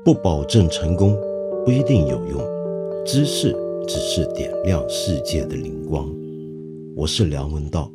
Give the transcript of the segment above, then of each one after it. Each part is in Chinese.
不保证成功，不一定有用。知识只是点亮世界的灵光。我是梁文道。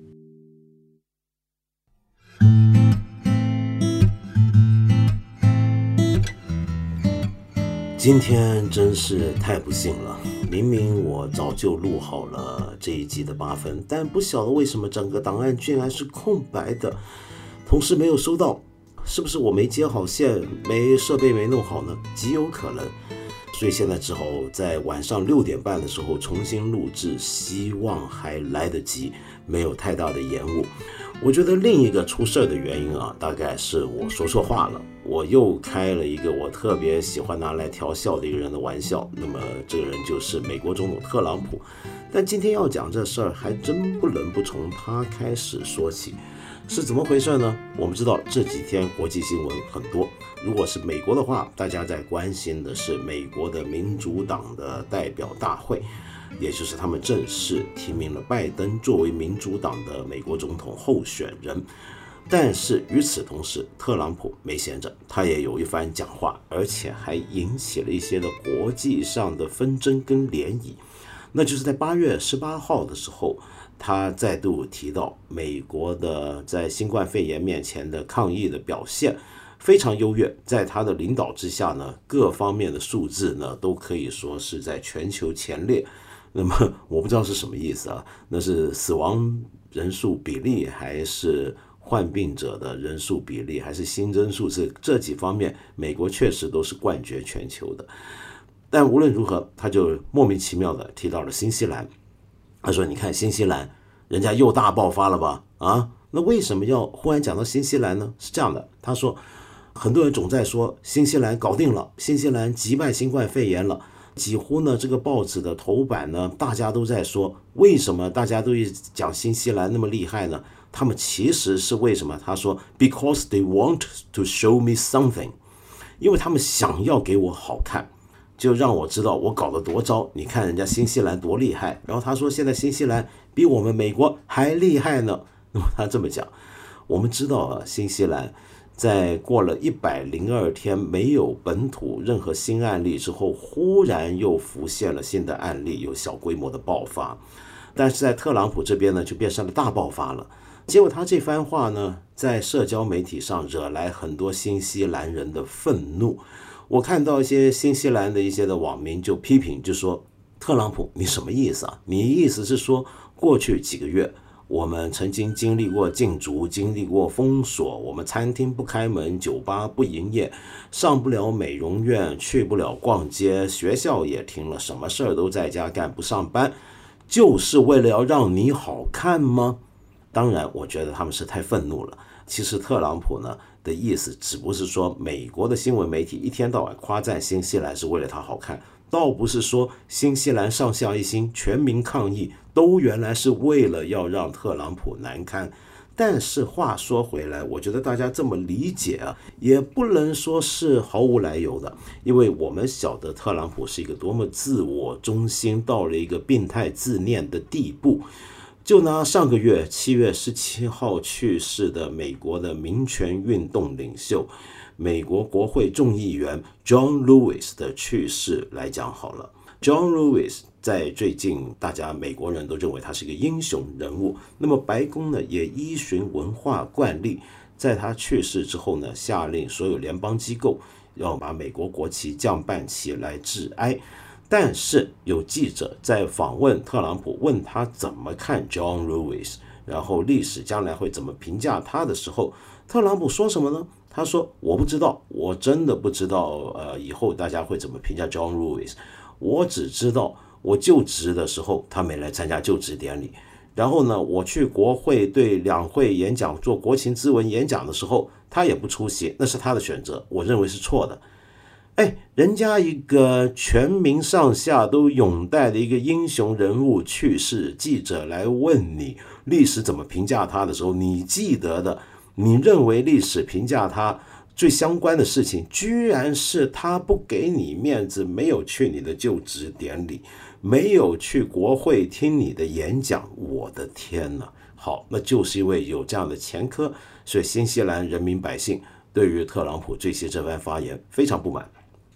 今天真是太不幸了，明明我早就录好了这一集的8分，但不晓得为什么整个档案居然是空白的，同时没有收到，是不是我没接好线，设备没弄好呢？极有可能，所以现在只好在晚上6点半的时候重新录制，希望还来得及，没有太大的延误。我觉得另一个出事的原因大概是我说错话了，我又开了一个我特别喜欢拿来调笑的一个人的玩笑，那么这个人就是美国总统特朗普。但今天要讲这事儿，还真不能不从他开始说起。是怎么回事呢？我们知道这几天国际新闻很多，如果是美国的话，大家在关心的是美国的民主党的代表大会，也就是他们正式提名了拜登作为民主党的美国总统候选人。但是与此同时，特朗普没闲着，他也有一番讲话，而且还引起了一些的国际上的纷争跟涟漪。那就是在8月18号的时候，他再度提到美国的在新冠肺炎面前的抗疫的表现非常优越，在他的领导之下呢，各方面的数字呢都可以说是在全球前列。那么我不知道是什么意思那是死亡人数比例，还是患病者的人数比例，还是新增数字，这几方面美国确实都是冠绝全球的。但无论如何，他就莫名其妙的提到了新西兰。他说你看新西兰人家又大爆发了吧那为什么要忽然讲到新西兰呢？是这样的，他说很多人总在说新西兰搞定了，新西兰击败新冠肺炎了，几乎呢这个报纸的头版呢大家都在说，为什么大家都讲新西兰那么厉害呢？他们其实是为什么？他说 because they want to show me something， 因为他们想要给我好看，就让我知道我搞得多糟，你看人家新西兰多厉害。然后他说现在新西兰比我们美国还厉害呢。那么他这么讲，我们知道新西兰在过了102天没有本土任何新案例之后，忽然又浮现了新的案例，有小规模的爆发。但是在特朗普这边呢，就变成了大爆发了。结果他这番话呢，在社交媒体上惹来很多新西兰人的愤怒。我看到一些新西兰的一些的网民就批评，就说特朗普你什么意思你意思是说过去几个月我们曾经经历过禁足，经历过封锁，我们餐厅不开门，酒吧不营业，上不了美容院，去不了逛街，学校也停了，什么事儿都在家干，不上班，就是为了要让你好看吗？当然我觉得他们是太愤怒了。其实特朗普呢的意思只不是说美国的新闻媒体一天到晚夸赞新西兰是为了他好看，倒不是说新西兰上下一心全民抗议都原来是为了要让特朗普难堪。但是话说回来，我觉得大家这么理解也不能说是毫无来由的，因为我们晓得特朗普是一个多么自我中心，到了一个病态自恋的地步。就拿上个月7月17号去世的美国的民权运动领袖，美国国会众议员 John Lewis 的去世来讲好了。John Lewis 在最近大家美国人都认为他是一个英雄人物，那么白宫呢也依循文化惯例，在他去世之后呢，下令所有联邦机构要把美国国旗降半旗来致哀。但是有记者在访问特朗普，问他怎么看 John Lewis， 然后历史将来会怎么评价他的时候，特朗普说什么呢？他说我不知道，我真的不知道以后大家会怎么评价 John Lewis， 我只知道我就职的时候他没来参加就职典礼，然后呢我去国会对两会演讲做国情咨文演讲的时候他也不出席，那是他的选择，我认为是错的。人家一个全民上下都拥戴的一个英雄人物去世，记者来问你历史怎么评价他的时候，你记得的，你认为历史评价他最相关的事情，居然是他不给你面子，没有去你的就职典礼，没有去国会听你的演讲。我的天哪！好，那就是因为有这样的前科，所以新西兰人民百姓对于特朗普最近这番发言非常不满。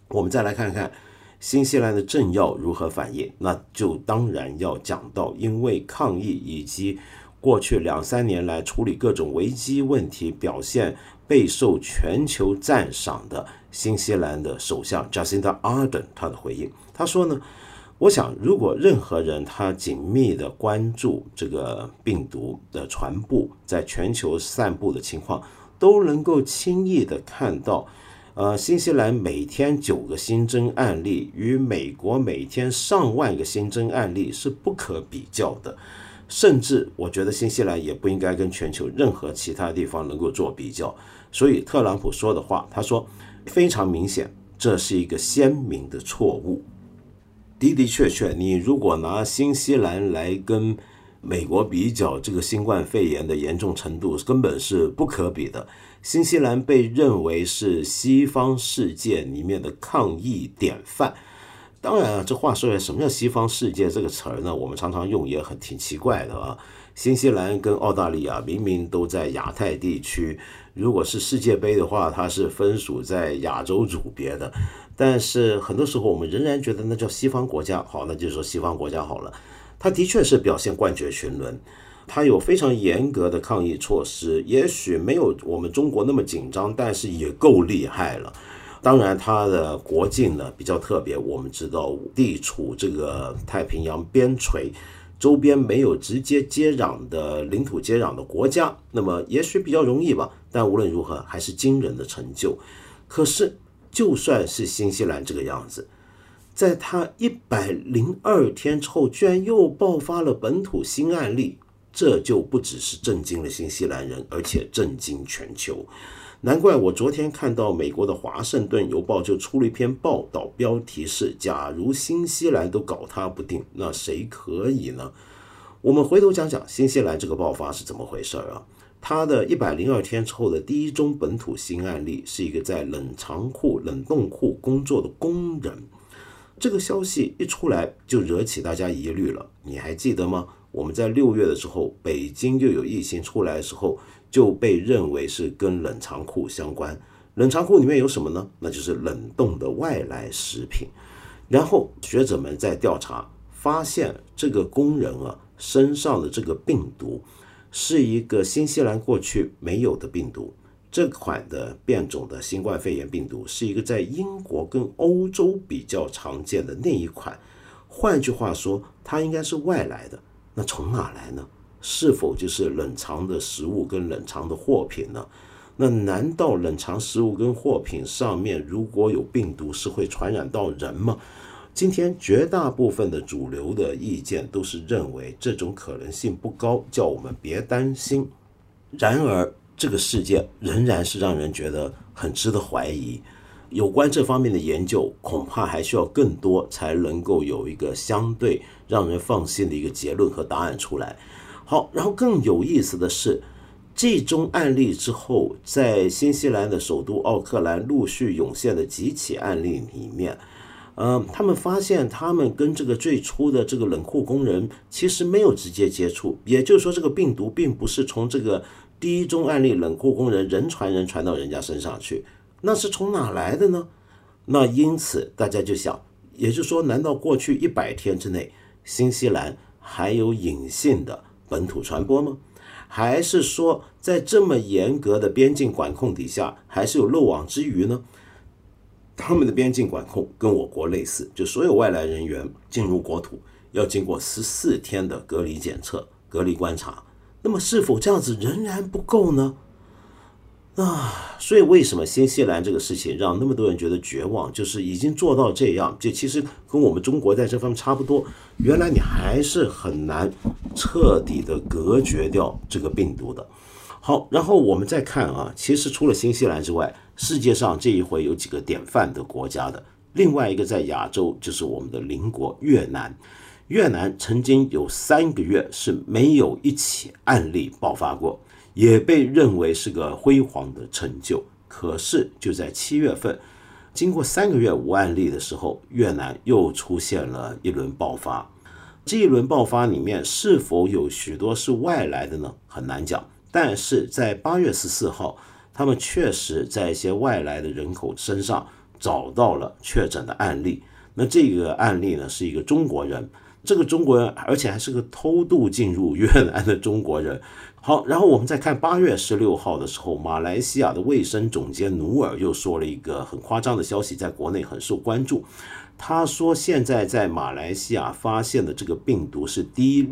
我们再来看看新西兰的政要如何反应，那就当然要讲到因为抗议以及过去2-3年来处理各种危机问题表现备受全球赞赏的新西兰的首相 Jacinda Ardern 他的回应。他说呢，我想如果任何人他紧密的关注这个病毒的传播在全球散布的情况，都能够轻易的看到新西兰每天9个新增案例与美国每天上万个新增案例是不可比较的，甚至我觉得新西兰也不应该跟全球任何其他地方能够做比较。所以特朗普说的话，他说非常明显，这是一个鲜明的错误。的的确确，你如果拿新西兰来跟美国比较，这个新冠肺炎的严重程度根本是不可比的。新西兰被认为是西方世界里面的抗疫典范。当然这话说回来，什么叫西方世界这个词儿呢？我们常常用也挺奇怪的啊。新西兰跟澳大利亚明明都在亚太地区，如果是世界杯的话，它是分属在亚洲组别的，但是很多时候我们仍然觉得那叫西方国家。好，那就说西方国家好了。它的确是表现冠绝群伦，它有非常严格的抗疫措施，也许没有我们中国那么紧张，但是也够厉害了。当然它的国境呢比较特别，我们知道地处这个太平洋边陲，周边没有直接接壤的领土接壤的国家，那么也许比较容易吧，但无论如何还是惊人的成就。可是就算是新西兰这个样子，在他102天之后居然又爆发了本土新案例，这就不只是震惊了新西兰人，而且震惊全球。难怪我昨天看到美国的华盛顿邮报就出了一篇报道，标题是假如新西兰都搞他不定，那谁可以呢？我们回头讲讲新西兰这个爆发是怎么回事啊？它的102天之后的第一宗本土新案例是一个在冷冻库工作的工人。这个消息一出来就惹起大家疑虑了，你还记得吗？我们在6月的时候，北京又有疫情出来的时候，就被认为是跟冷藏库相关。冷藏库里面有什么呢？那就是冷冻的外来食品。然后学者们在调查，发现这个工人身上的这个病毒是一个新西兰过去没有的病毒。这款的变种的新冠肺炎病毒是一个在英国跟欧洲比较常见的那一款，换句话说，它应该是外来的。那从哪来呢？是否就是冷藏的食物跟冷藏的货品呢？那难道冷藏食物跟货品上面如果有病毒是会传染到人吗？今天绝大部分的主流的意见都是认为这种可能性不高，叫我们别担心。然而这个事件仍然是让人觉得很值得怀疑，有关这方面的研究恐怕还需要更多，才能够有一个相对让人放心的一个结论和答案出来。好，然后更有意思的是，这宗案例之后，在新西兰的首都奥克兰陆续涌现的几起案例里面，他们发现他们跟这个最初的这个冷库工人其实没有直接接触，也就是说这个病毒并不是从这个第一宗案例冷库工人人传人传到人家身上去，那是从哪来的呢？那因此大家就想，也就是说，难道过去100天之内，新西兰还有隐性的本土传播吗？还是说在这么严格的边境管控底下，还是有漏网之鱼呢？他们的边境管控跟我国类似，就所有外来人员进入国土要经过14天的隔离检测、隔离观察。那么是否这样子仍然不够呢？所以为什么新西兰这个事情让那么多人觉得绝望，就是已经做到这样，就其实跟我们中国在这方面差不多，原来你还是很难彻底的隔绝掉这个病毒的。好，然后我们再看其实除了新西兰之外，世界上这一回有几个典范的国家的，另外一个在亚洲就是我们的邻国越南。越南曾经有3个月是没有一起案例爆发过，也被认为是个辉煌的成就。可是就在7月份，经过3个月无案例的时候，越南又出现了一轮爆发。这一轮爆发里面是否有许多是外来的呢？很难讲。但是在8月14号，他们确实在一些外来的人口身上找到了确诊的案例。那这个案例呢，是一个中国人，这个中国人而且还是个偷渡进入越南的中国人。好，然后我们再看8月16号的时候，马来西亚的卫生总监努尔又说了一个很夸张的消息，在国内很受关注。他说现在在马来西亚发现的这个病毒是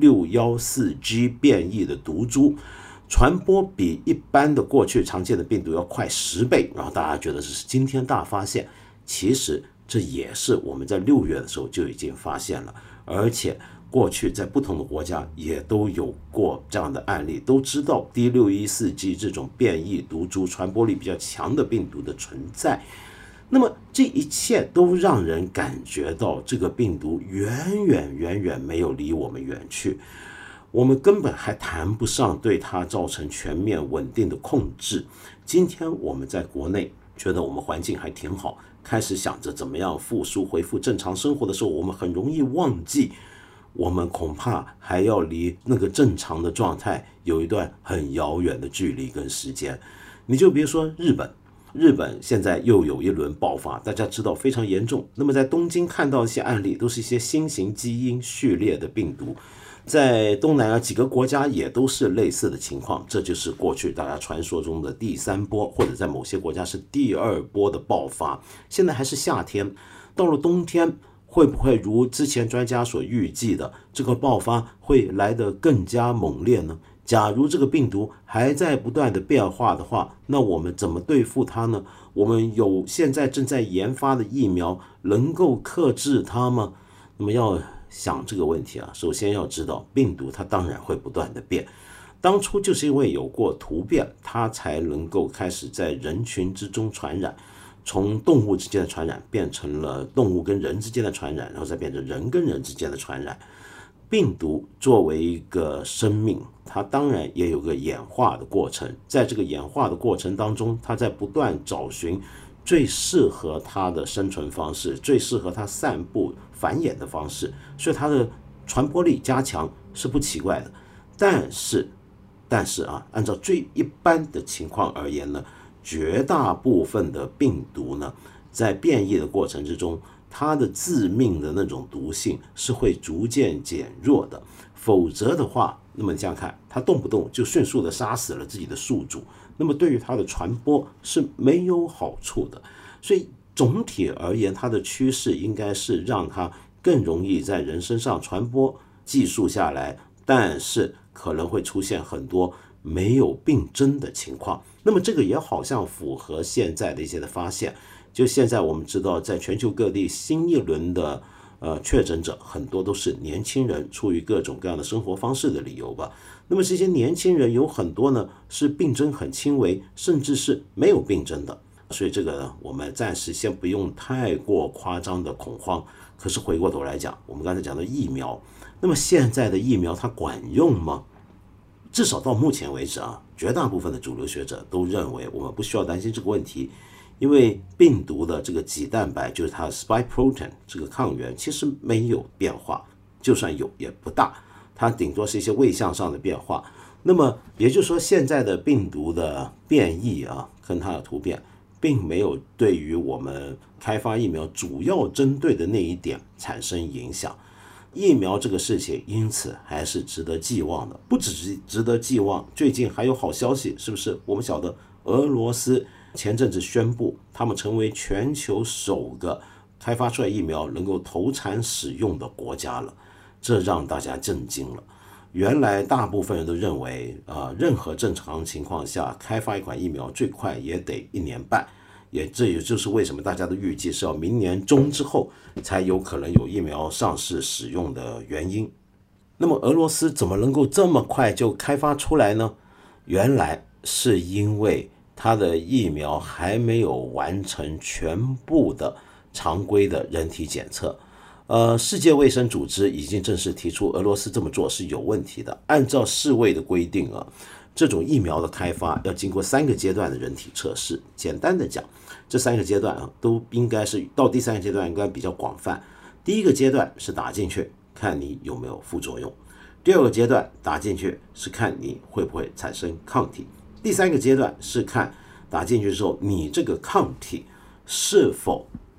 D614G 变异的毒株，传播比一般的过去常见的病毒要快10倍。然后大家觉得这是惊天大发现，其实这也是我们在6月的时候就已经发现了，而且过去在不同的国家也都有过这样的案例，都知道 D614G 这种变异毒株传播力比较强的病毒的存在。那么这一切都让人感觉到这个病毒远远没有离我们远去，我们根本还谈不上对它造成全面稳定的控制。今天我们在国内觉得我们环境还挺好，开始想着怎么样复苏恢复正常生活的时候，我们很容易忘记我们恐怕还要离那个正常的状态有一段很遥远的距离跟时间。你就别说日本现在又有一轮爆发，大家知道非常严重。那么在东京看到一些案例，都是一些新型基因序列的病毒，在东南亚几个国家也都是类似的情况。这就是过去大家传说中的第3波，或者在某些国家是第2波的爆发。现在还是夏天，到了冬天会不会如之前专家所预计的，这个爆发会来得更加猛烈呢？假如这个病毒还在不断的变化的话，那我们怎么对付它呢？我们有现在正在研发的疫苗能够克制它吗？那么要想这个问题啊，首先要知道病毒它当然会不断的变，当初就是因为有过突变，它才能够开始在人群之中传染，从动物之间的传染变成了动物跟人之间的传染，然后再变成人跟人之间的传染。病毒作为一个生命，它当然也有个演化的过程，在这个演化的过程当中，它在不断找寻最适合它的生存方式，最适合它散布繁衍的方式，所以它的传播力加强是不奇怪的。但是按照最一般的情况而言呢，绝大部分的病毒呢，在变异的过程之中，它的致命的那种毒性是会逐渐减弱的，否则的话，那么你这样看，它动不动就迅速的杀死了自己的宿主，那么对于它的传播是没有好处的。所以总体而言，它的趋势应该是让它更容易在人身上传播，技术下来，但是可能会出现很多没有病征的情况。那么这个也好像符合现在的一些的发现。就现在我们知道，在全球各地新一轮的确诊者很多都是年轻人，出于各种各样的生活方式的理由吧。那么这些年轻人有很多呢是病征很轻微，甚至是没有病征的。所以这个呢，我们暂时先不用太过夸张的恐慌。可是回过头来讲，我们刚才讲的疫苗，那么现在的疫苗它管用吗？至少到目前为止绝大部分的主流学者都认为我们不需要担心这个问题。因为病毒的这个棘蛋白，就是它的 spike protein 这个抗原其实没有变化，就算有也不大，它顶多是一些位相上的变化。那么也就是说，现在的病毒的变异跟它的突变并没有对于我们开发疫苗主要针对的那一点产生影响。疫苗这个事情因此还是值得寄望的，不只是值得寄望，最近还有好消息，是不是？我们晓得俄罗斯前阵子宣布，他们成为全球首个开发出来疫苗能够投产使用的国家了，这让大家震惊了。原来大部分人都认为，任何正常情况下开发一款疫苗最快也得1年半，这也就是为什么大家都预计是要明年中之后才有可能有疫苗上市使用的原因。那么俄罗斯怎么能够这么快就开发出来呢？原来是因为它的疫苗还没有完成全部的常规的人体检测。世界卫生组织已经正式提出俄罗斯这么做是有问题的。按照世卫的规定这种疫苗的开发要经过3个阶段的人体测试。简单的讲，这3个阶段都应该是到第3个阶段应该比较广泛。第一个阶段是打进去看你有没有副作用，第2个阶段打进去是看你会不会产生抗体，第3个阶段是看打进去之后你这个抗体是否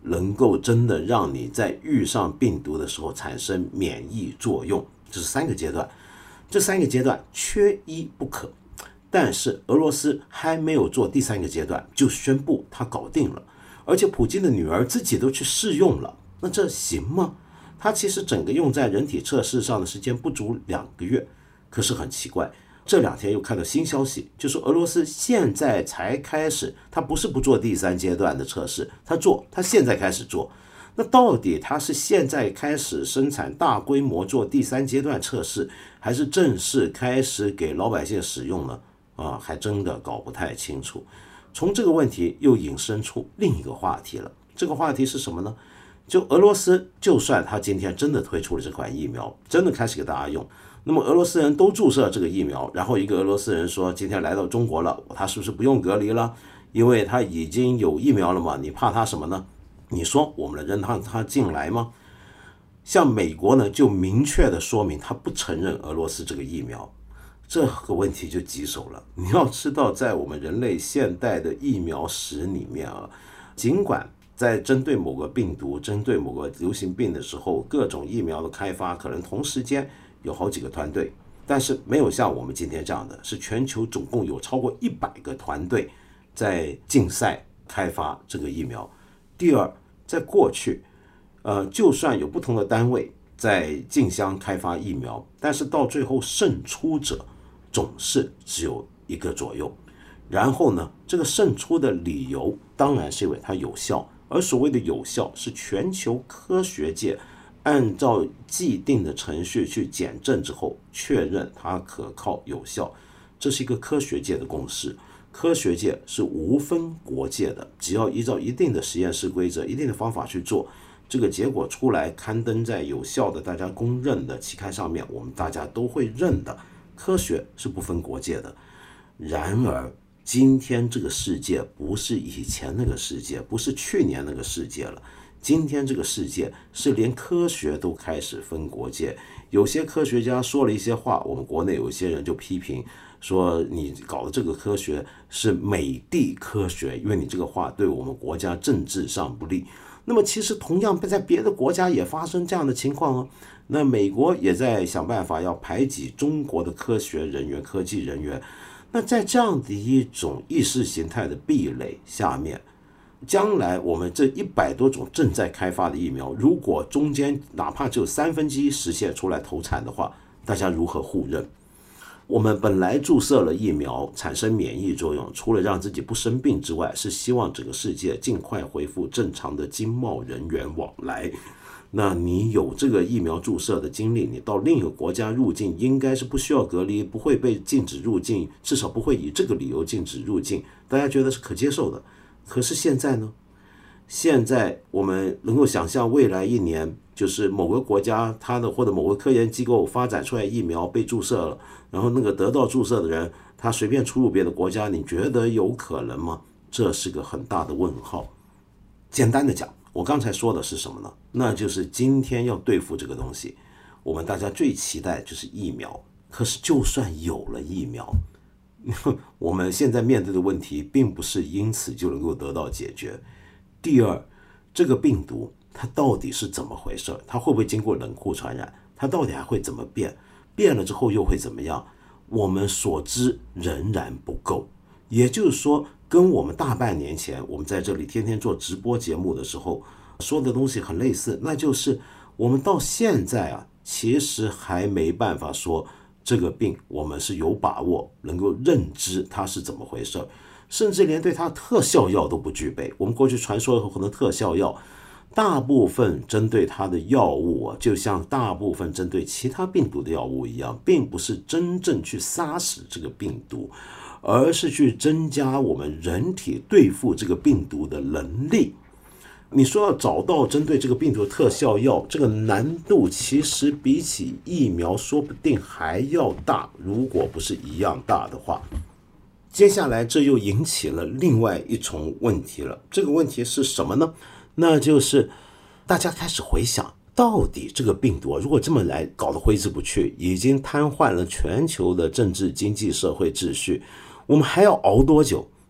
能够真的让你在遇上病毒的时候产生免疫作用。这是3个阶段，这3个阶段缺一不可。但是俄罗斯还没有做第3个阶段就宣布他搞定了，而且普京的女儿自己都去试用了，那这行吗？他其实整个用在人体测试上的时间不足2个月，可是很奇怪，这2天又看到新消息，就是俄罗斯现在才开始，他不是不做第3阶段的测试，他现在开始做。那到底他是现在开始生产大规模做第3阶段测试，还是正式开始给老百姓使用呢？还真的搞不太清楚。从这个问题又引申出另一个话题了，这个话题是什么呢？就俄罗斯就算他今天真的推出了这款疫苗，真的开始给大家用，那么俄罗斯人都注射这个疫苗，然后一个俄罗斯人说今天来到中国了，他是不是不用隔离了？因为他已经有疫苗了嘛，你怕他什么呢？你说我们能让他进来吗？像美国呢，就明确的说明他不承认俄罗斯这个疫苗，这个问题就棘手了。你要知道，在我们人类现代的疫苗史里面尽管在针对某个病毒、针对某个流行病的时候，各种疫苗的开发可能同时间有好几个团队，但是没有像我们今天这样的，是全球总共有超过100个团队在竞赛开发这个疫苗。第二，在过去就算有不同的单位在竞相开发疫苗，但是到最后胜出者总是只有1个左右。然后呢，这个胜出的理由当然是因为它有效，而所谓的有效是全球科学界按照既定的程序去检证之后确认它可靠有效，这是一个科学界的共识。科学界是无分国界的，只要依照一定的实验室规则、一定的方法去做，这个结果出来刊登在有效的大家公认的期刊上面，我们大家都会认的。科学是不分国界的。然而今天这个世界不是以前那个世界，不是去年那个世界了。今天这个世界是连科学都开始分国界，有些科学家说了一些话，我们国内有些人就批评说你搞的这个科学是美帝科学，因为你这个话对我们国家政治上不利。那么其实同样在别的国家也发生这样的情况那美国也在想办法要排挤中国的科学人员、科技人员。那在这样的一种意识形态的壁垒下面，将来我们这100多种正在开发的疫苗，如果中间哪怕只有1/3实现出来投产的话，大家如何互认？我们本来注射了疫苗产生免疫作用，除了让自己不生病之外，是希望整个世界尽快恢复正常的经贸人员往来。那你有这个疫苗注射的经历，你到另一个国家入境应该是不需要隔离，不会被禁止入境，至少不会以这个理由禁止入境，大家觉得是可接受的。可是现在呢？现在我们能够想象未来1年，就是某个国家它的或者某个科研机构发展出来疫苗被注射了，然后那个得到注射的人他随便出入别的国家，你觉得有可能吗？这是个很大的问号。简单的讲，我刚才说的是什么呢？那就是今天要对付这个东西，我们大家最期待就是疫苗。可是就算有了疫苗，我们现在面对的问题并不是因此就能够得到解决。第二，这个病毒它到底是怎么回事？它会不会经过冷库传染？它到底还会怎么变？变了之后又会怎么样？我们所知仍然不够。也就是说，跟我们大半年前我们在这里天天做直播节目的时候说的东西很类似，那就是我们到现在其实还没办法说这个病我们是有把握能够认知它是怎么回事，甚至连对它特效药都不具备。我们过去传说的很多特效药，大部分针对它的药物就像大部分针对其他病毒的药物一样，并不是真正去杀死这个病毒，而是去增加我们人体对付这个病毒的能力。你说要找到针对这个病毒的特效药，这个难度其实比起疫苗说不定还要大，如果不是一样大的话。接下来这又引起了另外一重问题了，这个问题是什么呢？那就是大家开始回想，到底这个病毒如果这么来搞得挥之不去，已经瘫痪了全球的政治、经济、社会秩序，我们还要熬多久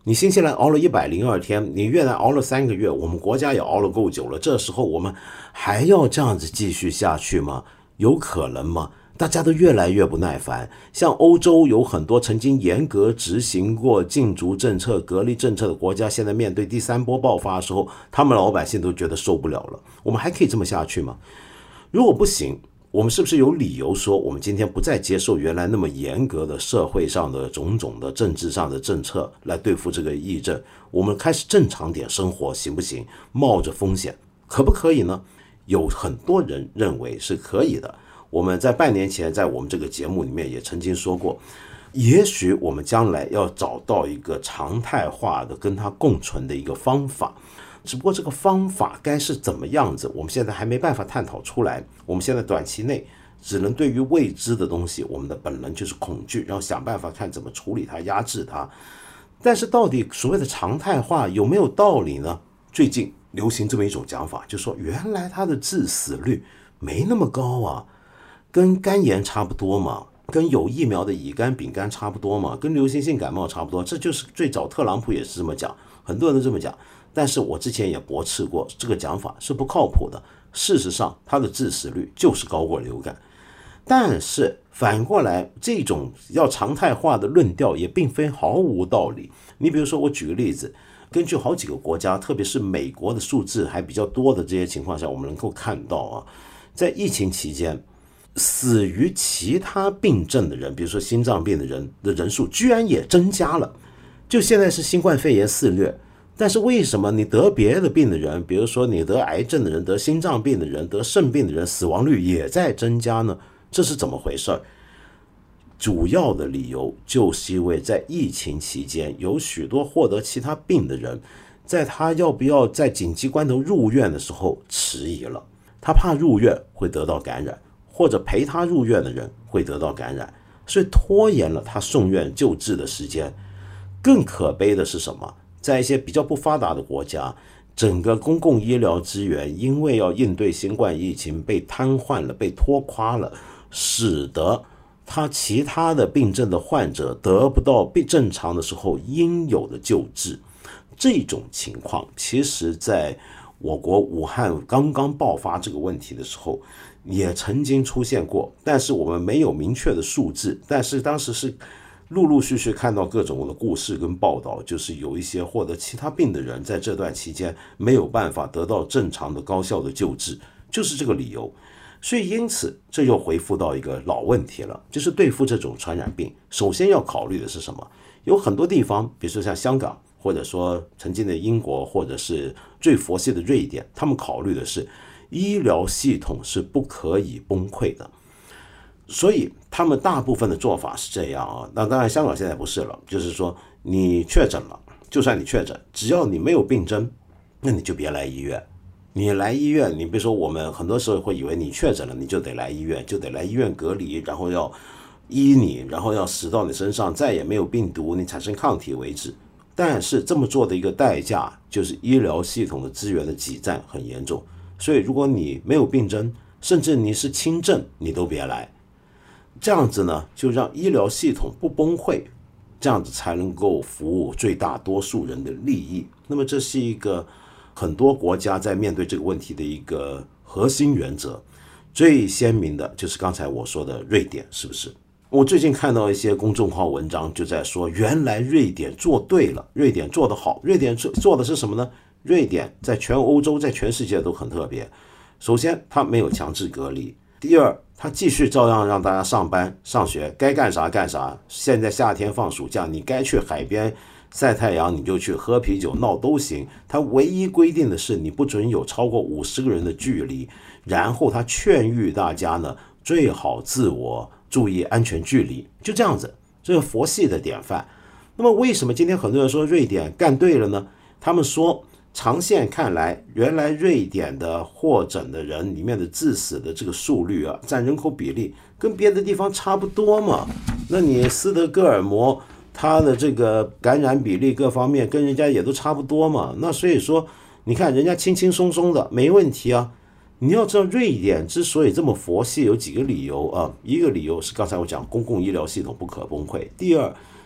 你新西兰熬了102天，你越南熬了3个月，我们国家也熬了够久了，这时候我们还要这样子继续下去吗？有可能吗？大家都越来越不耐烦。像欧洲有很多曾经严格执行过禁足政策、隔离政策的国家，现在面对第3波爆发的时候，他们老百姓都觉得受不了了。我们还可以这么下去吗？如果不行，我们是不是有理由说，我们今天不再接受原来那么严格的社会上的种种的政治上的政策来对付这个疫症？我们开始正常点生活，行不行？冒着风险，可不可以呢？有很多人认为是可以的。我们在半年前在我们这个节目里面也曾经说过，也许我们将来要找到一个常态化的跟它共存的一个方法，只不过这个方法该是怎么样子，我们现在还没办法探讨出来。我们现在短期内只能对于未知的东西，我们的本能就是恐惧，然后想办法看怎么处理它、压制它。但是到底所谓的常态化有没有道理呢？最近流行这么一种讲法，就是说原来它的致死率没那么高啊，跟肝炎差不多嘛，跟有疫苗的乙肝、丙肝差不多嘛，跟流行性感冒差不多。这就是最早特朗普也是这么讲，很多人都这么讲。但是我之前也驳斥过，这个讲法是不靠谱的。事实上，它的致死率就是高过流感。但是反过来，这种要常态化的论调也并非毫无道理。你比如说，我举个例子，根据好几个国家，特别是美国的数字还比较多的这些情况下，我们能够看到啊，在疫情期间，死于其他病症的人，比如说心脏病的人的人数居然也增加了。就现在是新冠肺炎肆虐，但是为什么你得别的病的人，比如说你得癌症的人、得心脏病的人、得肾病的人，死亡率也在增加呢？这是怎么回事？主要的理由就是因为在疫情期间，有许多获得其他病的人，在他要不要在紧急关头入院的时候迟疑了，他怕入院会得到感染，或者陪他入院的人会得到感染，所以拖延了他送院救治的时间。更可悲的是什么？在一些比较不发达的国家，整个公共医疗资源因为要应对新冠疫情被瘫痪了、被拖垮了，使得他其他的病症的患者得不到正常的时候应有的救治。这种情况其实在我国武汉刚刚爆发这个问题的时候也曾经出现过，但是我们没有明确的数字，但是当时是陆陆续续看到各种的故事跟报道，就是有一些获得其他病的人在这段期间没有办法得到正常的高效的救治，就是这个理由。所以因此这又回复到一个老问题了，就是对付这种传染病，首先要考虑的是什么？有很多地方，比如说像香港，或者说曾经的英国，或者是最佛系的瑞典，他们考虑的是医疗系统是不可以崩溃的。所以他们大部分的做法是这样啊，那当然香港现在不是了，就是说你确诊了，就算你确诊，只要你没有病征，那你就别来医院。你来医院，你比如说我们很多时候会以为你确诊了，你就得来医院，就得来医院隔离，然后要医你，然后要使到你身上再也没有病毒，你产生抗体为止。但是这么做的一个代价就是医疗系统的资源的挤占很严重，所以如果你没有病征，甚至你是轻症，你都别来。这样子呢，就让医疗系统不崩溃，这样子才能够服务最大多数人的利益。那么这是一个很多国家在面对这个问题的一个核心原则。最鲜明的就是刚才我说的瑞典，是不是？我最近看到一些公众号文章就在说，原来瑞典做对了，瑞典做得好。瑞典做的是什么呢？瑞典在全欧洲，在全世界都很特别。首先，它没有强制隔离。第二，他继续照样让大家上班上学，该干啥干啥。现在夏天放暑假，你该去海边晒太阳你就去，喝啤酒闹都行。他唯一规定的是你不准有超过50个人的距离，然后他劝喻大家呢，最好自我注意安全距离，就这样子，这个佛系的典范。那么为什么今天很多人说瑞典干对了呢？他们说长线看来，原来瑞典的获诊的人里面的致死的这个数率啊，占人口比例跟别的地方差不多嘛。那你斯德哥尔摩它的这个感染比例各方面跟人家也都差不多嘛。那所以说，你看人家轻轻松松的没问题啊。你要知道瑞典之所以这么佛系有几个理由啊。一个理由是刚才我讲公共医疗系统不可崩溃。第二，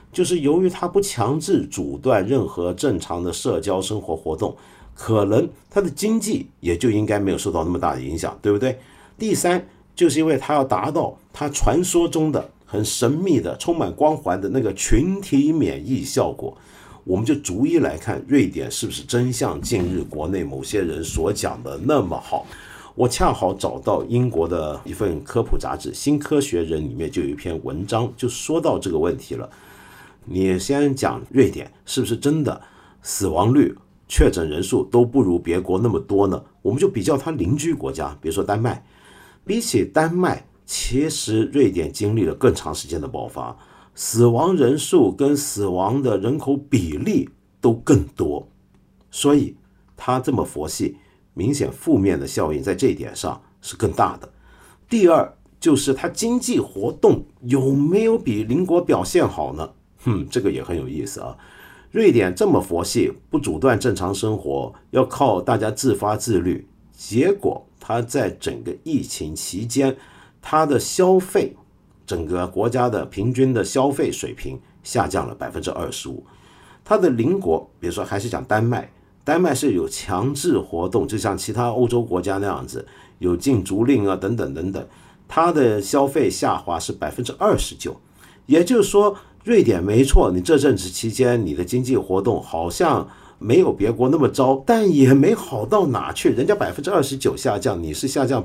就是由于它不强制阻断任何正常的社交生活活动，可能它的经济也就应该没有受到那么大的影响，对不对？第三，就是因为它要达到它传说中的很神秘的、充满光环的那个群体免疫效果，我们就逐一来看瑞典是不是真像近日国内某些人所讲的那么好。我恰好找到英国的一份科普杂志《新科学人》里面就有一篇文章，就说到这个问题了。你先讲瑞典是不是真的死亡率、确诊人数都不如别国那么多呢？我们就比较它邻居国家，比如说丹麦，比起丹麦，其实瑞典经历了更长时间的爆发，死亡人数跟死亡的人口比例都更多，所以它这么佛系，明显负面的效应在这一点上是更大的。第二，就是它经济活动有没有比邻国表现好呢？这个也很有意思啊。瑞典这么佛系，不阻断正常生活，要靠大家自发自律，结果它在整个疫情期间，它的消费，整个国家的平均的消费水平下降了 25%。它的邻国，比如说还是讲丹麦，丹麦是有强制活动，就像其他欧洲国家那样子，有禁足令啊等等等等，它的消费下滑是 29%。也就是说，瑞典没错，你这阵子期间你的经济活动好像没有别国那么糟，但也没好到哪去。人家 29% 下降，你是下降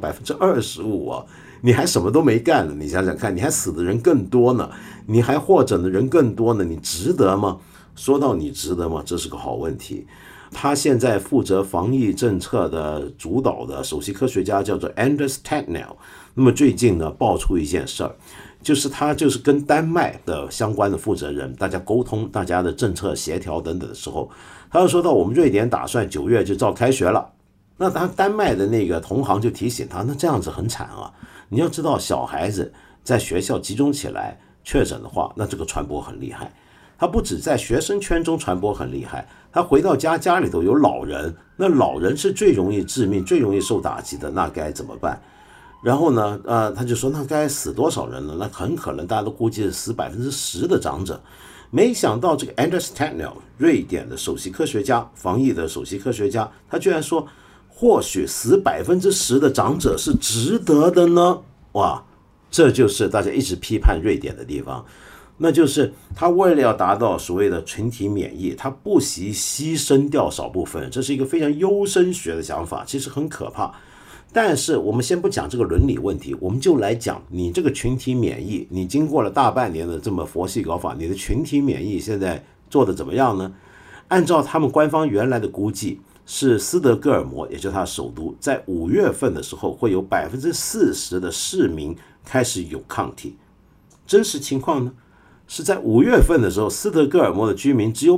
25% 啊，你还什么都没干呢，你想想看，你还死的人更多呢，你还获诊的人更多呢，你值得吗？说到你值得吗？这是个好问题。他现在负责防疫政策的主导的首席科学家叫做 Anders Tegnell。那么最近呢，爆出一件事儿，就是他就是跟丹麦的相关的负责人大家沟通，大家的政策协调等等的时候，他就说到我们瑞典打算9月就召开学了。那他丹麦的那个同行就提醒他，那这样子很惨啊！你要知道，小孩子在学校集中起来确诊的话，那这个传播很厉害。他不止在学生圈中传播很厉害，他回到家里头有老人，那老人是最容易致命、最容易受打击的，那该怎么办？然后呢，他就说那该死多少人呢？那很可能大家都估计是死 10% 的长者。没想到这个 Anders Tegnell 瑞典的首席科学家，防疫的首席科学家，他居然说，或许死 10% 的长者是值得的呢。哇，这就是大家一直批判瑞典的地方。那就是他为了要达到所谓的群体免疫，他不惜牺牲掉少部分人，这是一个非常优生学的想法，其实很可怕。但是我们先不讲这个伦理问题，我们就来讲你这个群体免疫，你经过了大半年的这么佛系搞法，你的群体免疫现在做的怎么样呢？按照他们官方原来的估计，是斯德哥尔摩，也就是它的首都，在5月份的时候会有 40% 的市民开始有抗体。真实情况呢，是在5月份的时候，斯德哥尔摩的居民只有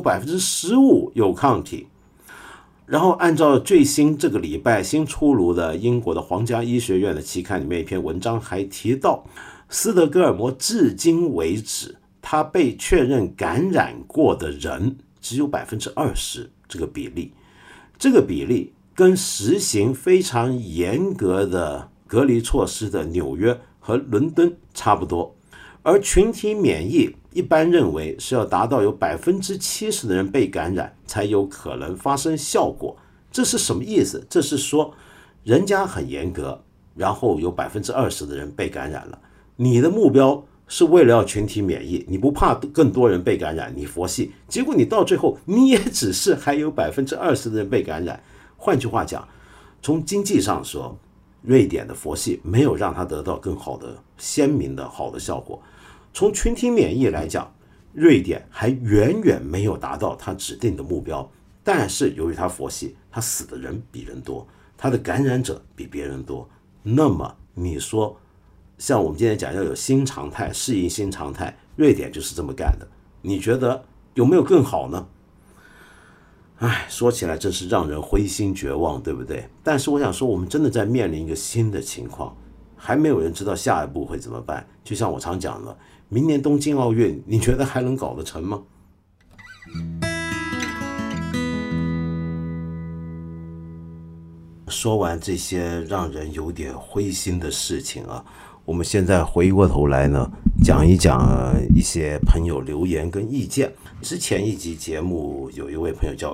15% 有抗体。然后按照最新这个礼拜新出炉的英国的皇家医学院的期刊里面一篇文章还提到，斯德哥尔摩至今为止，他被确认感染过的人只有 20% 这个比例。这个比例跟实行非常严格的隔离措施的纽约和伦敦差不多。而群体免疫一般认为是要达到有 70% 的人被感染才有可能发生效果。这是什么意思？这是说人家很严格，然后有 20% 的人被感染了，你的目标是为了要群体免疫，你不怕更多人被感染，你佛系，结果你到最后你也只是还有 20% 的人被感染。换句话讲，从经济上说，瑞典的佛系没有让它得到更好的鲜明的好的效果。从群体免疫来讲，瑞典还远远没有达到它指定的目标，但是由于它佛系，它死的人比人多，它的感染者比别人多。那么你说，像我们今天讲要有新常态，适应新常态，瑞典就是这么干的，你觉得有没有更好呢？说起来真是让人灰心绝望，对不对？但是我想说，我们真的在面临一个新的情况，还没有人知道下一步会怎么办。就像我常讲的，明年东京奥运，你觉得还能搞得成吗？说完这些让人有点灰心的事情啊， 我们现在回过头来呢，讲一讲一些朋友留言跟意见。之前一集节目有一位朋友叫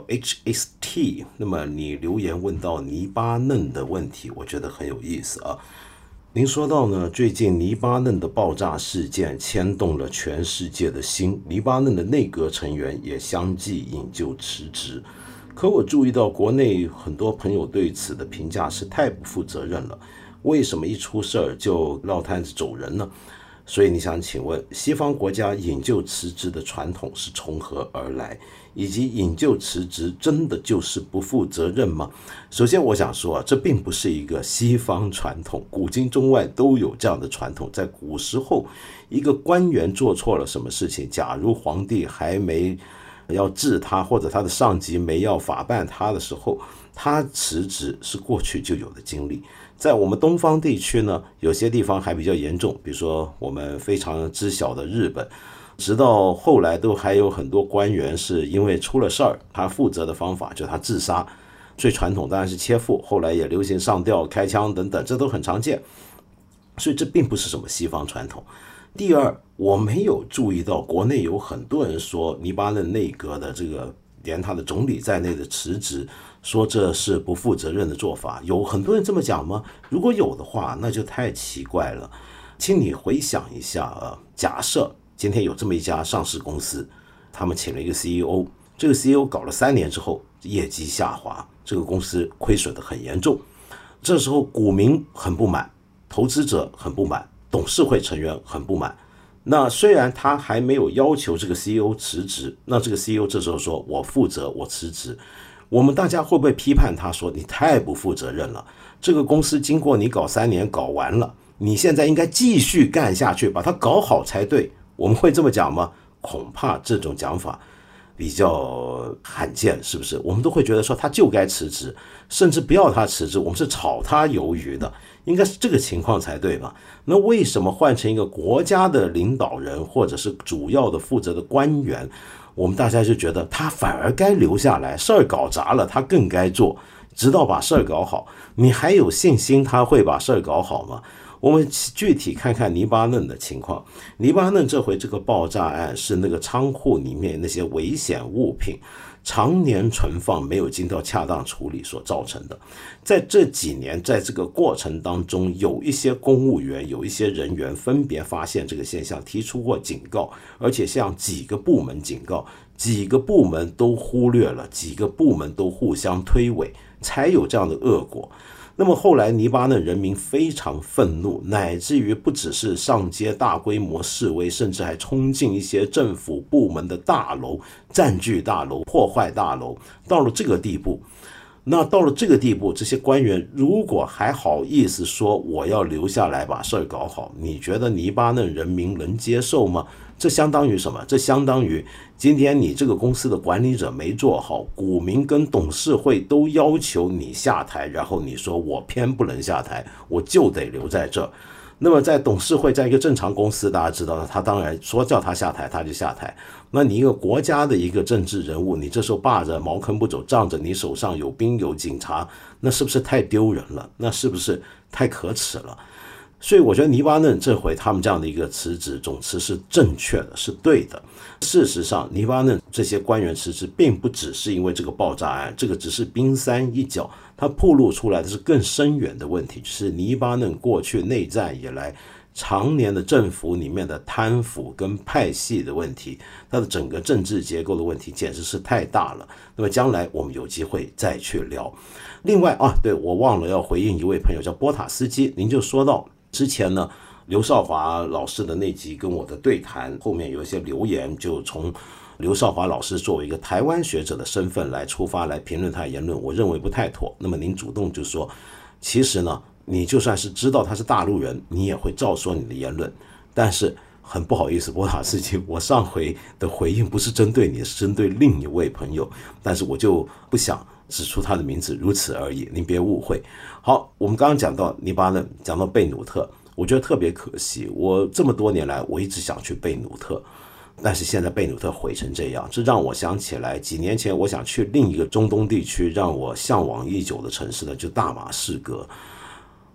HST， 那么你留言问到黎巴嫩的问题，我觉得很有意思啊。您说到呢，最近黎巴嫩的爆炸事件牵动了全世界的心，黎巴嫩的内阁成员也相继引咎辞职。可我注意到国内很多朋友对此的评价是太不负责任了，为什么一出事儿就落摊子走人呢？所以你想请问，西方国家引咎辞职的传统是从何而来？以及引咎辞职真的就是不负责任吗？首先我想说这并不是一个西方传统，古今中外都有这样的传统。在古时候，一个官员做错了什么事情，假如皇帝还没要治他，或者他的上级没要法办他的时候，他辞职是过去就有的经历。在我们东方地区呢，有些地方还比较严重，比如说我们非常知晓的日本，直到后来都还有很多官员是因为出了事儿，他负责的方法就是他自杀。最传统当然是切腹，后来也流行上吊、开枪等等，这都很常见。所以这并不是什么西方传统。第二，我没有注意到国内有很多人说黎巴嫩内阁的这个连他的总理在内的辞职，说这是不负责任的做法。有很多人这么讲吗？如果有的话，那就太奇怪了。请你回想一下假设今天有这么一家上市公司，他们请了一个 CEO， 这个 CEO 搞了3年之后业绩下滑，这个公司亏损得很严重。这时候股民很不满，投资者很不满，董事会成员很不满。那虽然他还没有要求这个 CEO 辞职，那这个 CEO 这时候说我负责，我辞职，我们大家会不会批判他说你太不负责任了？这个公司经过你搞3年搞完了，你现在应该继续干下去，把它搞好才对。我们会这么讲吗？恐怕这种讲法比较罕见，是不是？我们都会觉得说他就该辞职，甚至不要他辞职，我们是炒他鱿鱼的，应该是这个情况才对吧？那为什么换成一个国家的领导人或者是主要的负责的官员，我们大家就觉得他反而该留下来，事儿搞砸了他更该做，直到把事儿搞好？你还有信心他会把事儿搞好吗？我们具体看看黎巴嫩的情况。黎巴嫩这回这个爆炸案是那个仓库里面那些危险物品常年存放没有经到恰当处理所造成的。在这几年，在这个过程当中，有一些公务员，有一些人员分别发现这个现象，提出过警告，而且向几个部门警告，几个部门都忽略了，几个部门都互相推诿，才有这样的恶果。那么后来黎巴嫩人民非常愤怒，乃至于不只是上街大规模示威，甚至还冲进一些政府部门的大楼，占据大楼，破坏大楼，到了这个地步。那到了这个地步，这些官员如果还好意思说我要留下来把事儿搞好，你觉得黎巴嫩人民能接受吗？这相当于什么？这相当于今天你这个公司的管理者没做好，股民跟董事会都要求你下台，然后你说我偏不能下台，我就得留在这。那么在董事会，在一个正常公司，大家知道他当然说叫他下台他就下台。那你一个国家的一个政治人物，你这时候霸着茅坑不走，仗着你手上有兵有警察，那是不是太丢人了？那是不是太可耻了？所以我觉得黎巴嫩这回他们这样的一个辞职总辞是正确的，是对的。事实上黎巴嫩这些官员辞职并不只是因为这个爆炸案，这个只是冰山一角，它暴露出来的是更深远的问题，就是黎巴嫩过去内战以来常年的政府里面的贪腐跟派系的问题，它的整个政治结构的问题简直是太大了。那么将来我们有机会再去聊。另外对，我忘了要回应一位朋友叫波塔斯基，您就说到之前呢，刘少华老师的那集跟我的对谈后面有一些留言，就从刘少华老师作为一个台湾学者的身份来出发来评论他的言论，我认为不太妥。那么您主动就说，其实呢，你就算是知道他是大陆人，你也会照说你的言论。但是很不好意思，波塔斯基，我上回的回应不是针对你，是针对另一位朋友，但是我就不想指出他的名字，如此而已，您别误会。好，我们刚刚讲到黎巴嫩，讲到贝努特，我觉得特别可惜，我这么多年来我一直想去贝努特，但是现在贝努特毁成这样，这让我想起来几年前我想去另一个中东地区让我向往已久的城市呢，就大马士革。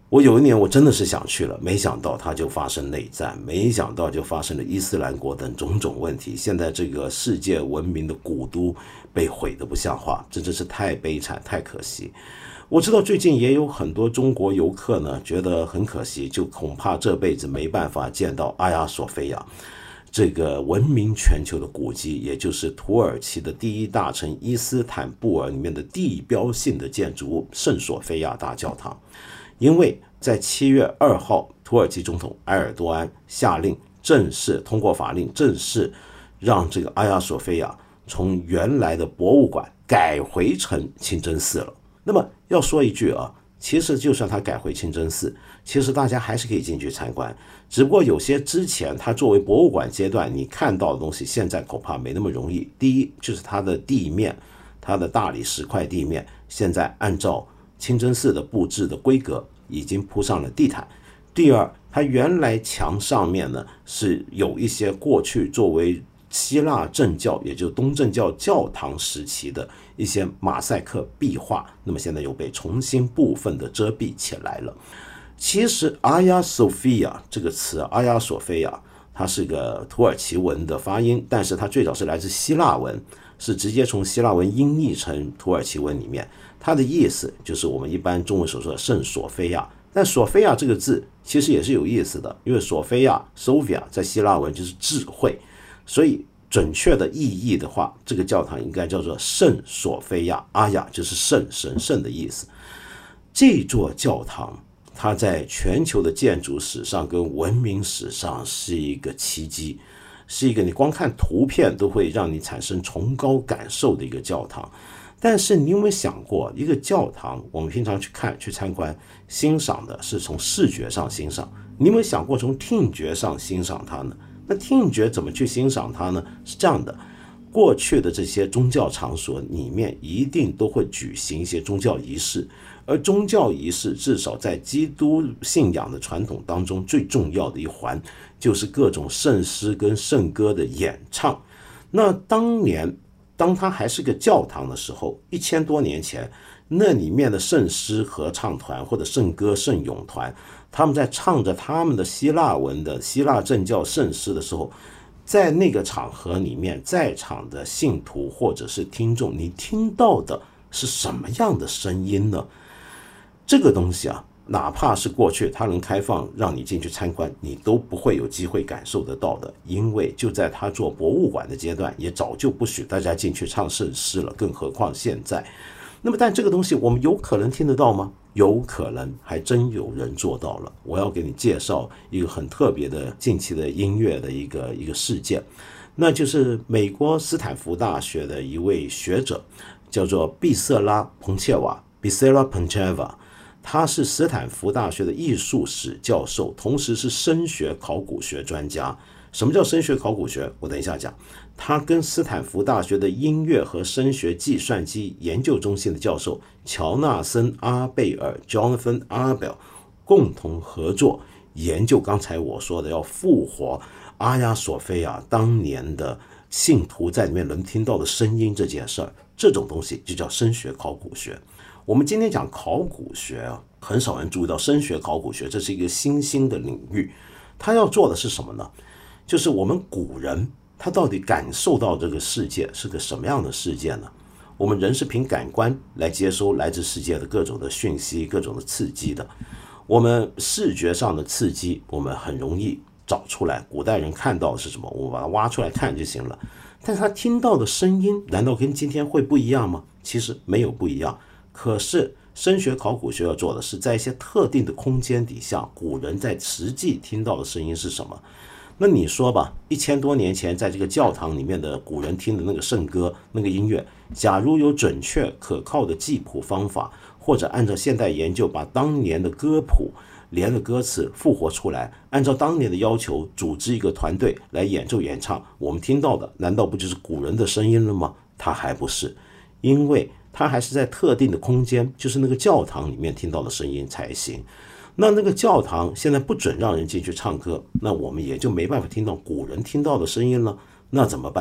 我有一年我真的是想去了，没想到它就发生内战，没想到就发生了伊斯兰国等种种问题。现在这个世界文明的古都被毁得不像话，这真是太悲惨太可惜。我知道最近也有很多中国游客呢，觉得很可惜，就恐怕这辈子没办法见到阿亚索菲亚这个闻名全球的古迹，也就是土耳其的第一大城伊斯坦布尔里面的地标性的建筑物圣索菲亚大教堂。因为在7月2号，土耳其总统埃尔多安下令正式通过法令，正式让这个阿亚索菲亚从原来的博物馆改回成清真寺了。那么要说一句啊，其实就算他改回清真寺，其实大家还是可以进去参观，只不过有些之前他作为博物馆阶段你看到的东西，现在恐怕没那么容易。第一就是它的地面，它的大理石块地面现在按照清真寺的布置的规格已经铺上了地毯。第二，它原来墙上面呢是有一些过去作为希腊正教，也就是东正教教堂时期的一些马赛克壁画，那么现在又被重新部分的遮蔽起来了。其实阿亚索菲亚这个词，阿亚索菲亚它是个土耳其文的发音，但是它最早是来自希腊文，是直接从希腊文音译成土耳其文里面。它的意思就是我们一般中文所说的圣索菲亚。但索菲亚这个字其实也是有意思的，因为索菲亚 Sophia 在希腊文就是智慧，所以准确的意义的话，这个教堂应该叫做圣索菲亚，阿雅就是圣，神圣的意思。这座教堂它在全球的建筑史上跟文明史上是一个奇迹，是一个你光看图片都会让你产生崇高感受的一个教堂。但是你有没有想过，一个教堂我们平常去看去参观欣赏的是从视觉上欣赏，你有没有想过从听觉上欣赏它呢？那听觉怎么去欣赏它呢？是这样的，过去的这些宗教场所里面一定都会举行一些宗教仪式，而宗教仪式至少在基督信仰的传统当中最重要的一环就是各种圣诗跟圣歌的演唱。那当它还是个教堂的时候，1000多年前，那里面的圣诗合唱团或者圣歌圣咏团，他们在唱着他们的希腊文的希腊正教圣诗的时候，在那个场合里面，在场的信徒或者是听众，你听到的是什么样的声音呢？这个东西啊，哪怕是过去它能开放让你进去参观，你都不会有机会感受得到的，因为就在它做博物馆的阶段，也早就不许大家进去唱圣诗了，更何况现在。那么但这个东西我们有可能听得到吗？有可能，还真有人做到了。我要给你介绍一个很特别的近期的音乐的一个事件，那就是美国斯坦福大学的一位学者，叫做毕瑟拉彭切瓦 Bisera Pancheva，他是斯坦福大学的艺术史教授，同时是声学考古学专家。什么叫声学考古学？我等一下讲。他跟斯坦福大学的音乐和声学计算机研究中心的教授乔纳森·阿贝尔 Jonathan Abel 共同合作，研究刚才我说的要复活阿亚索菲亚当年的信徒在里面能听到的声音这件事儿。这种东西就叫声学考古学。我们今天讲考古学啊，很少人注意到声学考古学这是一个新兴的领域。他要做的是什么呢？就是我们古人他到底感受到这个世界是个什么样的世界呢？我们人是凭感官来接收来自世界的各种的讯息，各种的刺激的。我们视觉上的刺激我们很容易找出来，古代人看到的是什么，我们把它挖出来看就行了。但是他听到的声音难道跟今天会不一样吗？其实没有不一样。可是声学考古学要做的是在一些特定的空间底下，古人在实际听到的声音是什么。那你说吧，1000多年前在这个教堂里面的古人听的那个圣歌那个音乐，假如有准确可靠的记谱方法，或者按照现代研究把当年的歌谱连着歌词复活出来，按照当年的要求组织一个团队来演奏演唱，我们听到的难道不就是古人的声音了吗？它还不是，因为它还是在特定的空间，就是那个教堂里面听到的声音才行。那个教堂现在不准让人进去唱歌，那我们也就没办法听到古人听到的声音了。那怎么办？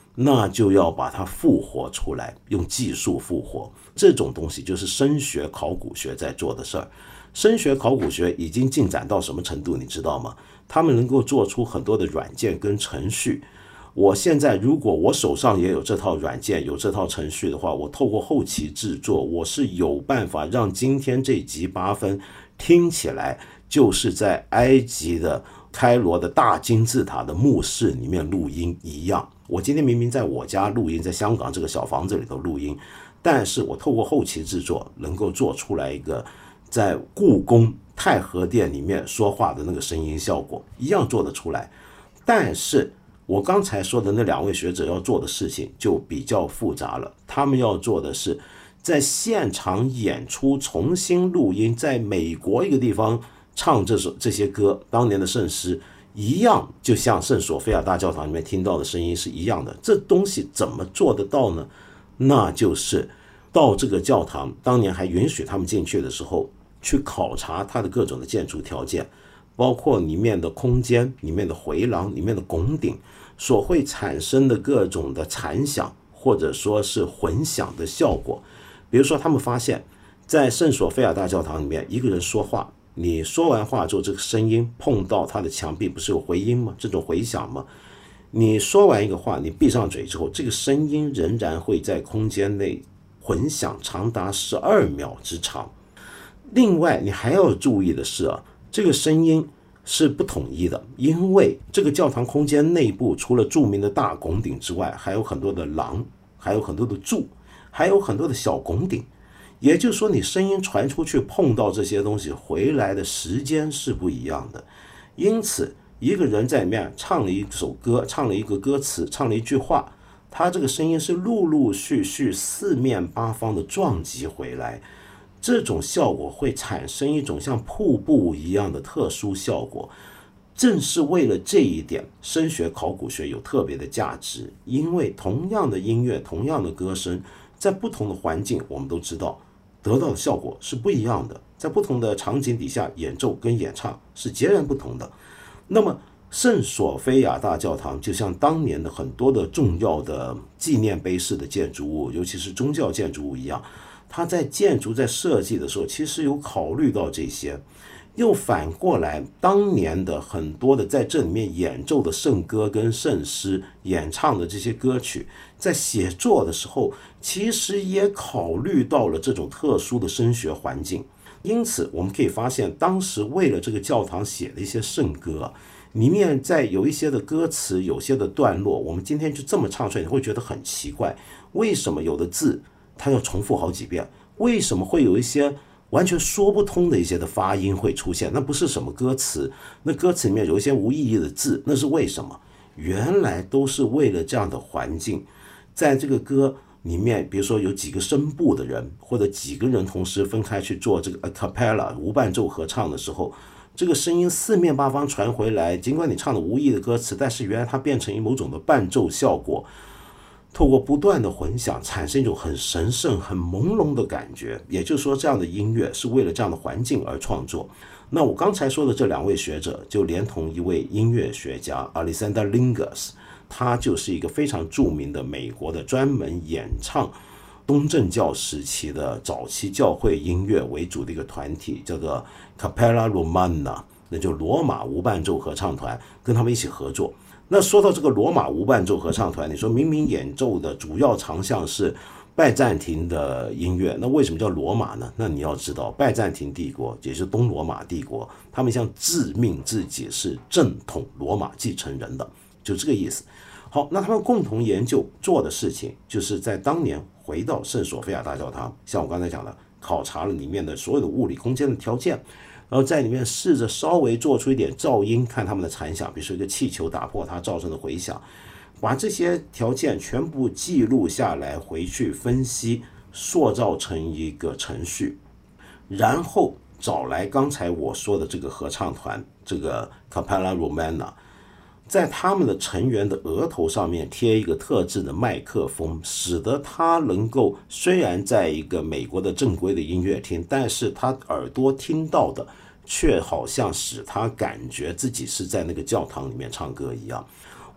那就要把它复活出来，用技术复活。这种东西就是声学考古学在做的事儿。声学考古学已经进展到什么程度，你知道吗？他们能够做出很多的软件跟程序。我现在如果我手上也有这套软件，有这套程序的话，我透过后期制作，我是有办法让今天这集8分听起来就是在埃及的开罗的大金字塔的墓室里面录音一样。我今天明明在我家录音，在香港这个小房子里头录音，但是我透过后期制作能够做出来一个在故宫太和殿里面说话的那个声音效果，一样做得出来。但是我刚才说的那2位学者要做的事情就比较复杂了，他们要做的是在现场演出重新录音，在美国一个地方唱这些歌，当年的圣诗一样，就像圣索菲亚大教堂里面听到的声音是一样的。这东西怎么做得到呢？那就是到这个教堂当年还允许他们进去的时候，去考察它的各种的建筑条件，包括里面的空间、里面的回廊、里面的拱顶所会产生的各种的残响或者说是混响的效果。比如说他们发现在圣索菲亚大教堂里面，一个人说话，你说完话之后，这个声音碰到他的墙壁不是有回音吗？这种回响吗？你说完一个话，你闭上嘴之后，这个声音仍然会在空间内混响长达12秒之长。另外你还要注意的是这个声音是不统一的，因为这个教堂空间内部除了著名的大拱顶之外，还有很多的廊，还有很多的柱，还有很多的小拱顶。也就是说你声音传出去碰到这些东西回来的时间是不一样的。因此一个人在里面唱了一首歌，唱了一个歌词，唱了一句话，他这个声音是陆陆续续四面八方的撞击回来，这种效果会产生一种像瀑布一样的特殊效果。正是为了这一点，声学考古学有特别的价值，因为同样的音乐，同样的歌声，在不同的环境，我们都知道得到的效果是不一样的，在不同的场景底下演奏跟演唱是截然不同的。那么圣索菲亚大教堂就像当年的很多的重要的纪念碑式的建筑物，尤其是宗教建筑物一样，它在建筑在设计的时候其实有考虑到这些。又反过来，当年的很多的在这里面演奏的圣歌跟圣诗演唱的这些歌曲，在写作的时候其实也考虑到了这种特殊的声学环境。因此我们可以发现，当时为了这个教堂写的一些圣歌里面，在有一些的歌词，有些的段落，我们今天就这么唱出来，你会觉得很奇怪，为什么有的字它要重复好几遍？为什么会有一些完全说不通的一些的发音会出现？那不是什么歌词，那歌词里面有一些无意义的字，那是为什么？原来都是为了这样的环境。在这个歌里面，比如说有几个声部的人，或者几个人同时分开去做这个 a cappella 无伴奏合唱的时候，这个声音四面八方传回来，尽管你唱的无意的歌词，但是原来它变成某种的伴奏效果，透过不断的混响产生一种很神圣很朦胧的感觉。也就是说，这样的音乐是为了这样的环境而创作。那我刚才说的这2位学者，就连同一位音乐学家 Alexander Lingus， 他就是一个非常著名的美国的专门演唱东正教时期的早期教会音乐为主的一个团体，叫做 Cappella Romana， 那就罗马无伴奏合唱团，跟他们一起合作。那说到这个罗马无伴奏合唱团，你说明明演奏的主要长项是拜占庭的音乐，那为什么叫罗马呢？那你要知道，拜占庭帝国也就是东罗马帝国，他们像自命自己是正统罗马继承人的，就这个意思。好，那他们共同研究做的事情，就是在当年回到圣索菲亚大教堂，像我刚才讲的，考察了里面的所有的物理空间的条件，然后在里面试着稍微做出一点噪音，看他们的残响，比如说一个气球打破它造成的回响，把这些条件全部记录下来，回去分析，塑造成一个程序，然后找来刚才我说的这个合唱团，这个 Cappella Romana， 在他们的成员的额头上面贴一个特制的麦克风，使得他能够虽然在一个美国的正规的音乐厅，但是他耳朵听到的却好像使他感觉自己是在那个教堂里面唱歌一样。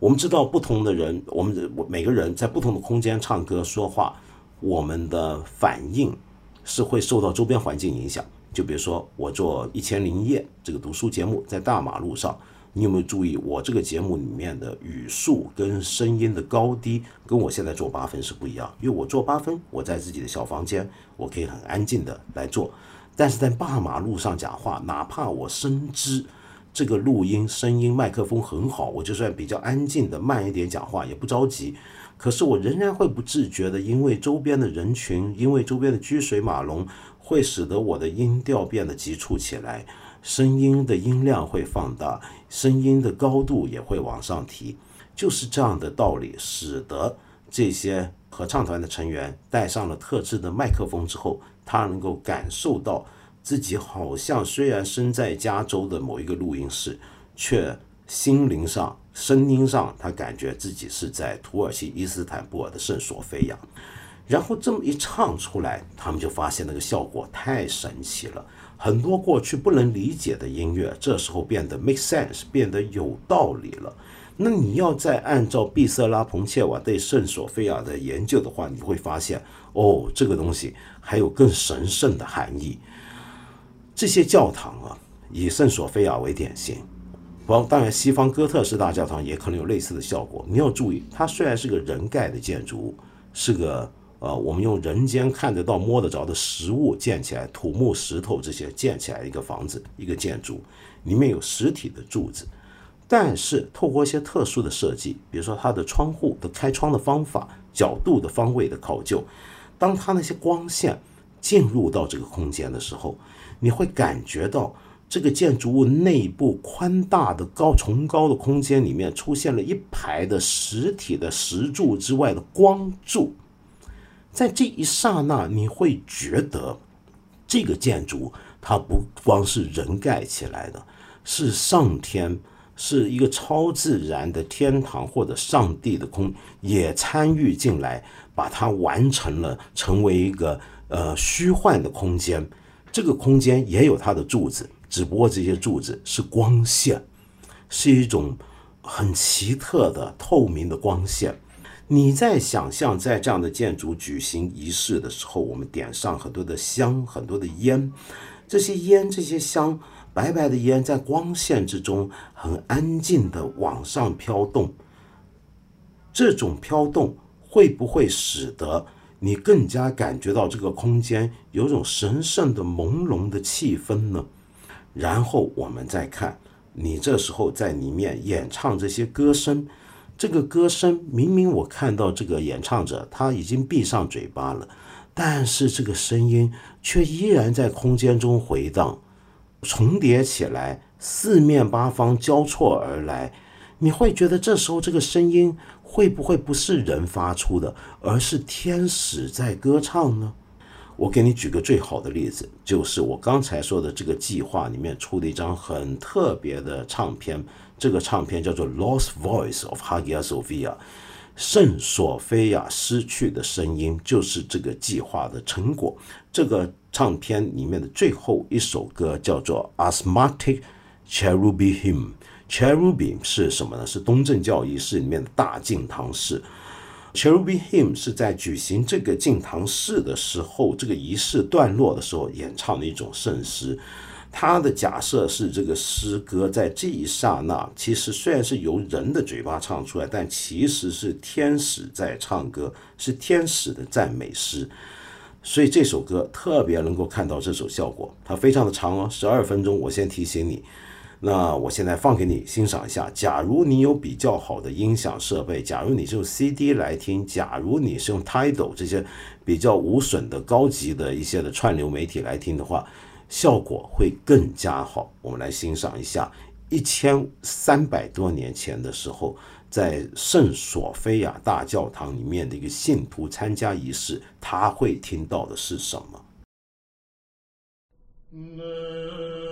我们知道不同的人，我们每个人在不同的空间唱歌说话，我们的反应是会受到周边环境影响。就比如说我做1001夜这个读书节目，在大马路上，你有没有注意我这个节目里面的语速跟声音的高低跟我现在做8分是不一样？因为我做8分，我在自己的小房间，我可以很安静的来做，但是在大马路上讲话，哪怕我深知这个录音声音麦克风很好，我就算比较安静的慢一点讲话也不着急，可是我仍然会不自觉的，因为周边的人群，因为周边的车水马龙，会使得我的音调变得急促起来，声音的音量会放大，声音的高度也会往上提。就是这样的道理，使得这些合唱团的成员带上了特制的麦克风之后，他能够感受到自己好像虽然身在加州的某一个录音室，却心灵上、声音上，他感觉自己是在土耳其伊斯坦布尔的圣索菲亚。然后这么一唱出来，他们就发现那个效果太神奇了，很多过去不能理解的音乐，这时候变得 make sense， 变得有道理了。那你要再按照毕瑟拉彭切瓦对圣索菲亚的研究的话，你会发现，哦，这个东西还有更神圣的含义。这些教堂啊，以圣索菲亚为典型，当然西方哥特式大教堂也可能有类似的效果。你要注意，它虽然是个人盖的建筑物，是个我们用人间看得到摸得着的实物建起来，土木石头这些建起来的一个房子，一个建筑里面有实体的柱子，但是透过一些特殊的设计，比如说它的窗户的开窗的方法、角度的方位的考究，当它那些光线进入到这个空间的时候，你会感觉到这个建筑物内部宽大的崇高的空间里面出现了一排的实体的石柱之外的光柱。在这一刹那，你会觉得这个建筑它不光是人盖起来的，是上天，是一个超自然的天堂或者上帝的也参与进来，把它完成了，成为一个虚幻的空间。这个空间也有它的柱子，只不过这些柱子是光线，是一种很奇特的透明的光线。你在想象在这样的建筑举行仪式的时候，我们点上很多的香，很多的烟，这些烟这些香，白白的烟在光线之中很安静的往上飘动，这种飘动会不会使得你更加感觉到这个空间有种神圣的朦胧的气氛呢？然后我们再看你这时候在里面演唱这些歌声，这个歌声明明我看到这个演唱者他已经闭上嘴巴了，但是这个声音却依然在空间中回荡，重叠起来，四面八方交错而来。你会觉得这时候这个声音会不会不是人发出的，而是天使在歌唱呢？我给你举个最好的例子，就是我刚才说的这个计划里面出的一张很特别的唱片，这个唱片叫做 Lost Voice of Hagia Sophia， 圣索菲亚失去的声音，就是这个计划的成果。这个唱片里面的最后一首歌叫做 Asthmatic Cherubim。Cherubim 是什么呢？是东正教仪式里面的大敬堂式。Cherubim 是在举行这个敬堂式的时候，这个仪式段落的时候演唱的一种圣诗。它的假设是这个诗歌在这一刹那，其实虽然是由人的嘴巴唱出来，但其实是天使在唱歌，是天使的赞美诗。所以这首歌特别能够看到这首效果，它非常的长哦，12分钟。我先提醒你，那我现在放给你欣赏一下。假如你有比较好的音响设备，假如你是用 CD 来听，假如你是用 Tidal 这些比较无损的高级的一些的串流媒体来听的话，效果会更加好。我们来欣赏一下1300多年前的时候，在圣索菲亚大教堂里面的一个信徒参加仪式，他会听到的是什么。